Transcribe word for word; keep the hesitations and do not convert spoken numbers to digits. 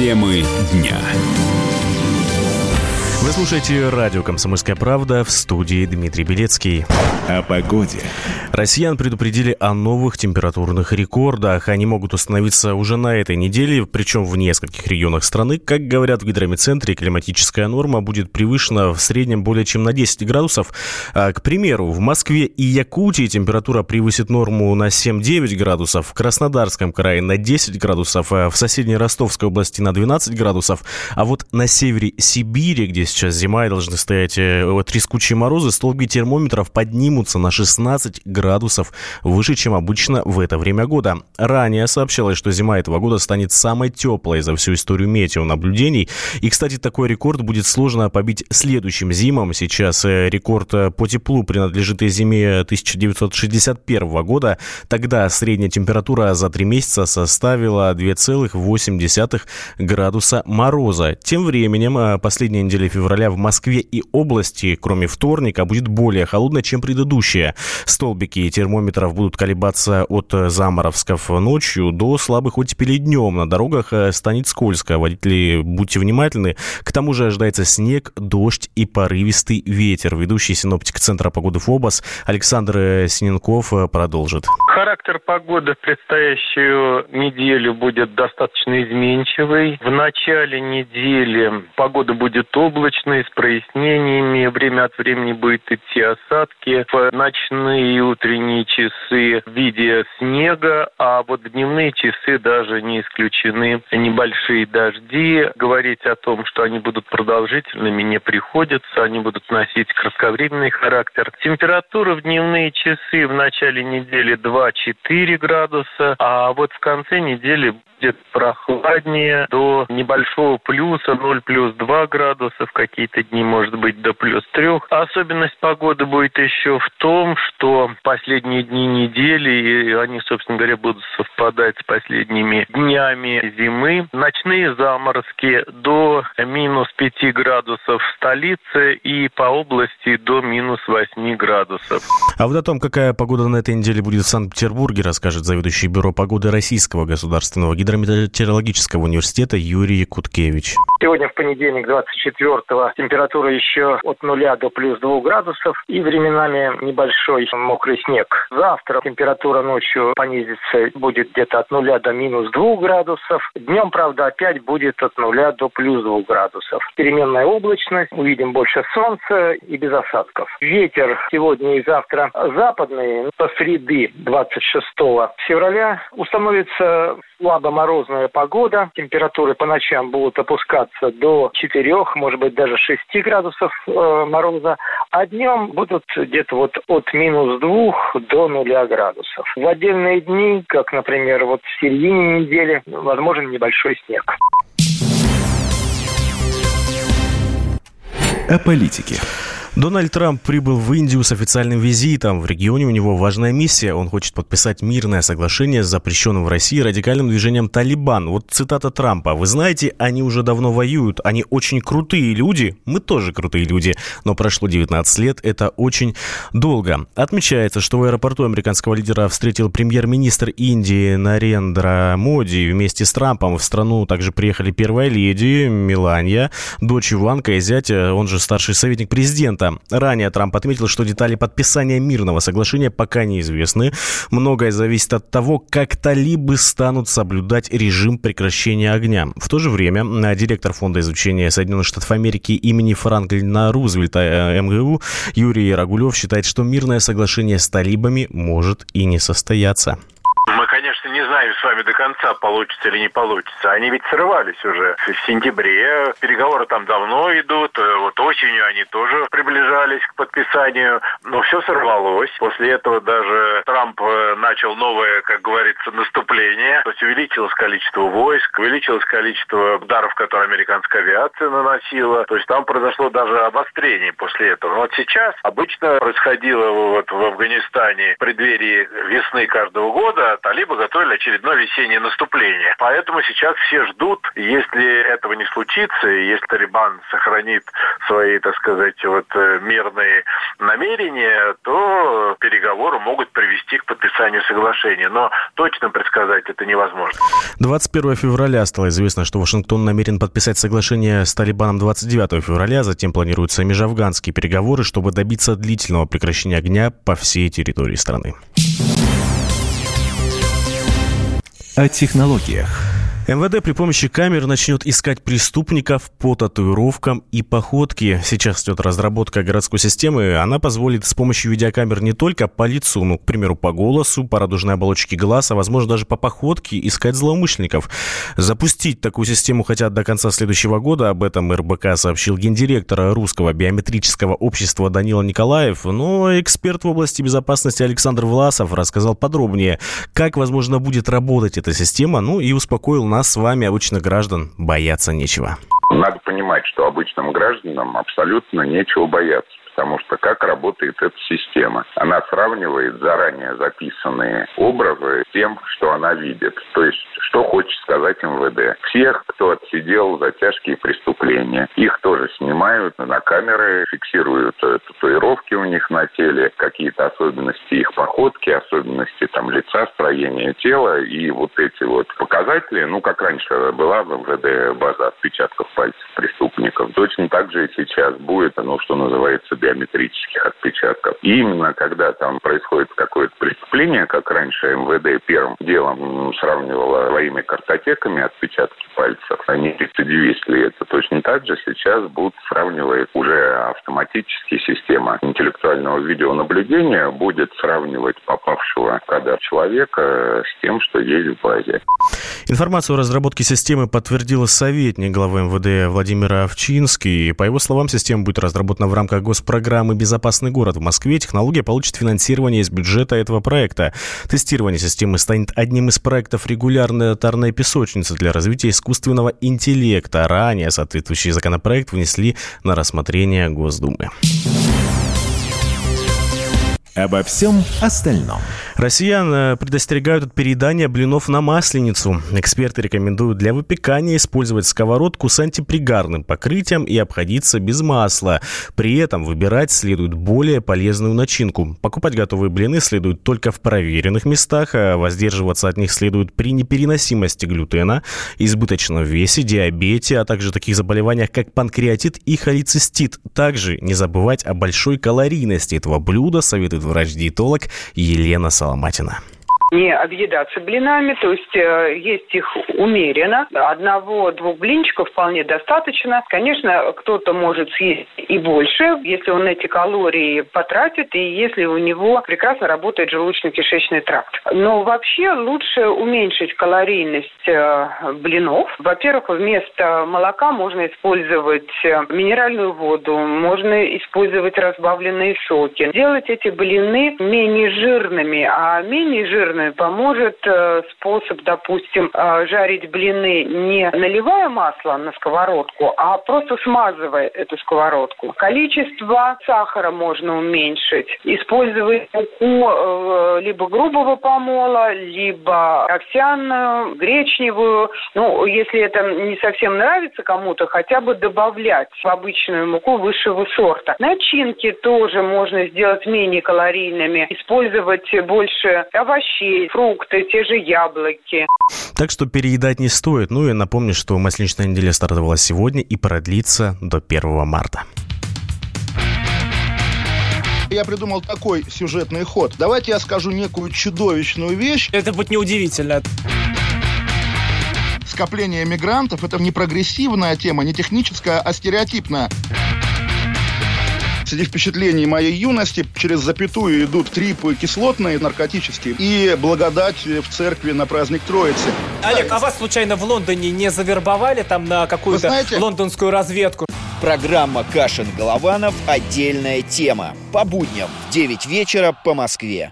Темы дня. Вы слушаете радио «Комсомольская правда», в студии Дмитрий Белецкий. О погоде. Россиян предупредили о новых температурных рекордах. Они могут установиться уже на этой неделе, причем в нескольких регионах страны. Как говорят в гидрометцентре, климатическая норма будет превышена в среднем более чем на десять градусов. К примеру, в Москве и Якутии температура превысит норму на семь-девять градусов, в Краснодарском крае на десять градусов, в соседней Ростовской области на двенадцать градусов, а вот на севере Сибири, где сейчас зима и должны стоять трескучие морозы, столбики термометров поднимутся на шестнадцать градусов выше, чем обычно в это время года. Ранее сообщалось, что зима этого года станет самой теплой за всю историю метеонаблюдений. И, кстати, такой рекорд будет сложно побить следующим зимам. Сейчас рекорд по теплу принадлежит и зиме тысяча девятьсот шестьдесят первого года. Тогда средняя температура за три месяца составила два целых восемь десятых градуса мороза. Тем временем последняя неделя февраля в Москве и области, кроме вторника, будет более холодной, чем предыдущая. Столбики термометров будут колебаться от заморозков ночью до слабых оттепелей днем. На дорогах станет скользко. Водители, будьте внимательны. К тому же ожидается снег, дождь и порывистый ветер. Ведущий синоптик Центра погоды ФОБОС Александр Синенков продолжит. Характер погоды в предстоящую неделю будет достаточно изменчивый. В начале недели погода будет облачной, с прояснениями. Время от времени будет идти осадки. В ночные и утренние часы в виде снега, а вот в дневные часы даже не исключены небольшие дожди. Говорить о том, что они будут продолжительными, не приходится. Они будут носить кратковременный характер. Температура в дневные часы в начале недели два-четыре градуса, а вот в конце недели будет прохладнее, до небольшого плюса, ноль плюс два градуса, в какие-то дни может быть до плюс трех. Особенность погоды будет еще в том, что последние дни недели, и они, собственно говоря, будут совпадать с последними днями зимы, ночные заморозки до минус пяти градусов в столице и по области до минус восьми градусов. А вот о том, какая погода на этой неделе будет в Санкт-Петербурге, расскажет заведующий бюро погоды Российского государственного гидрометеорологического университета Юрий Куткевич. Сегодня в понедельник, двадцать четвёртого, температура еще от нуля до плюс двух градусов и временами небольшой мокрый снег. Завтра температура ночью понизится, будет где-то от нуля до минус двух градусов. Днем, правда, опять будет от нуля до плюс двух градусов. Переменная облачность, увидим больше солнца и без осадков. Ветер сегодня и завтра западный, по среды двадцать шестого февраля установится слабо морозная погода. Температуры по ночам будут опускаться до четырёх, может быть, даже шести градусов э, мороза, а днем будут где-то вот от минус двух до нуля градусов. В отдельные дни, как, например, вот в середине недели, возможен небольшой снег. О политике. Дональд Трамп прибыл в Индию с официальным визитом. В регионе у него важная миссия. Он хочет подписать мирное соглашение с запрещенным в России радикальным движением «Талибан». Вот цитата Трампа. «Вы знаете, они уже давно воюют. Они очень крутые люди. Мы тоже крутые люди. Но прошло девятнадцать лет. Это очень долго». Отмечается, что в аэропорту американского лидера встретил премьер-министр Индии Нарендра Моди. Вместе с Трампом в страну также приехали первая леди Меланья, дочь Иванка и зять, он же старший советник президента. Ранее Трамп отметил, что детали подписания мирного соглашения пока неизвестны. Многое зависит от того, как талибы станут соблюдать режим прекращения огня. В то же время директор Фонда изучения Соединенных Штатов Америки имени Франклина Рузвельта эм гэ у Юрий Рагулев считает, что мирное соглашение с талибами может и не состояться. Мы, конечно, не знаем с вами до конца, получится или не получится. Они ведь срывались уже в сентябре. Переговоры там давно идут. Вот осенью они тоже приближались к подписанию. Но все сорвалось. После этого даже Трамп начал новое, как говорится, наступление. То есть увеличилось количество войск, увеличилось количество ударов, которые американская авиация наносила. То есть там произошло даже обострение после этого. Но вот сейчас обычно происходило вот в Афганистане в преддверии весны каждого года, талибы готовят простое или очередное весеннее наступление. Поэтому сейчас все ждут, если этого не случится, и если Талибан сохранит свои, так сказать, вот мирные намерения, то переговоры могут привести к подписанию соглашения. Но точно предсказать это невозможно. двадцать первого февраля стало известно, что Вашингтон намерен подписать соглашение с Талибаном двадцать девятого февраля. Затем планируются межафганские переговоры, чтобы добиться длительного прекращения огня по всей территории страны. О технологиях. эм вэ дэ при помощи камер начнет искать преступников по татуировкам и походке. Сейчас идет разработка городской системы. Она позволит с помощью видеокамер не только по лицу, ну, к примеру, по голосу, по радужной оболочке глаз, а, возможно, даже по походке искать злоумышленников. Запустить такую систему хотят до конца следующего года. Об этом эр бэ ка сообщил гендиректор Русского биометрического общества Данила Николаев. Но эксперт в области безопасности Александр Власов рассказал подробнее, как, возможно, будет работать эта система, ну и успокоил нас с вами, обычных граждан, бояться нечего. Надо понимать, что обычным гражданам абсолютно нечего бояться. Потому что как работает эта система? Она сравнивает заранее записанные образы с тем, что она видит. То есть, что хочет сказать эм вэ дэ. Всех, кто отсидел за тяжкие преступления, их тоже снимают на камеры, фиксируют татуировки у них на теле, какие-то особенности их походки, особенности там лица, строения тела. И вот эти вот показатели, ну, как раньше была в эм вэ дэ база отпечатков пальцев преступников, точно так же и сейчас будет, ну, что называется, биометрических отпечатков. И именно когда там происходит какое-то преступление, как раньше эм вэ дэ первым делом сравнивала своими картотеками отпечатки пальцев, они рецидивистли это, точно так же сейчас будут сравнивать уже автоматически система интеллектуального видеонаблюдения будет сравнивать попавшего в кадр человека с тем, что есть в базе. Информацию о разработке системы подтвердил советник главы эм вэ дэ Владимир Овчинский. По его словам, система будет разработана в рамках госпрограммы «Безопасный город» в Москве. Технология получит финансирование из бюджета этого проекта. Тестирование системы станет одним из проектов регулярной тарной песочницы для развития искусственного интеллекта. Ранее соответствующий законопроект внесли на рассмотрение Госдумы. Обо всем остальном. Россиян предостерегают от переедания блинов на Масленицу. Эксперты рекомендуют для выпекания использовать сковородку с антипригарным покрытием и обходиться без масла. При этом выбирать следует более полезную начинку. Покупать готовые блины следует только в проверенных местах, а воздерживаться от них следует при непереносимости глютена, избыточном весе, диабете, а также таких заболеваниях, как панкреатит и холецистит. Также не забывать о большой калорийности этого блюда, советует врач-диетолог Елена Соломатина. Не объедаться блинами, то есть э, есть их умеренно. Одного-двух блинчиков вполне достаточно. Конечно, кто-то может съесть и больше, если он эти калории потратит, и если у него прекрасно работает желудочно-кишечный тракт. Но вообще лучше уменьшить калорийность э, блинов. Во-первых, вместо молока можно использовать минеральную воду, можно использовать разбавленные соки. Делать эти блины менее жирными, а менее жирными поможет э, способ, допустим, э, жарить блины не наливая масло на сковородку, а просто смазывая эту сковородку. Количество сахара можно уменьшить. Использовать муку э, либо грубого помола, либо овсяную, гречневую. Ну, если это не совсем нравится кому-то, хотя бы добавлять в обычную муку высшего сорта. Начинки тоже можно сделать менее калорийными. Использовать больше овощей, фрукты, те же яблоки. Так что переедать не стоит. Ну и напомню, что масленичная неделя стартовала сегодня и продлится до первого марта. Я придумал такой сюжетный ход. Давайте я скажу некую чудовищную вещь. Это будет неудивительно. Скопление мигрантов – это не прогрессивная тема, не техническая, а стереотипная. Среди впечатлений моей юности через запятую идут трипы кислотные, наркотические, и благодать в церкви на праздник Троицы. Олег, а вас случайно в Лондоне не завербовали там на какую-то знаете, лондонскую разведку? Программа Кашин-Голованов «Отдельная тема». По будням в девять вечера по Москве.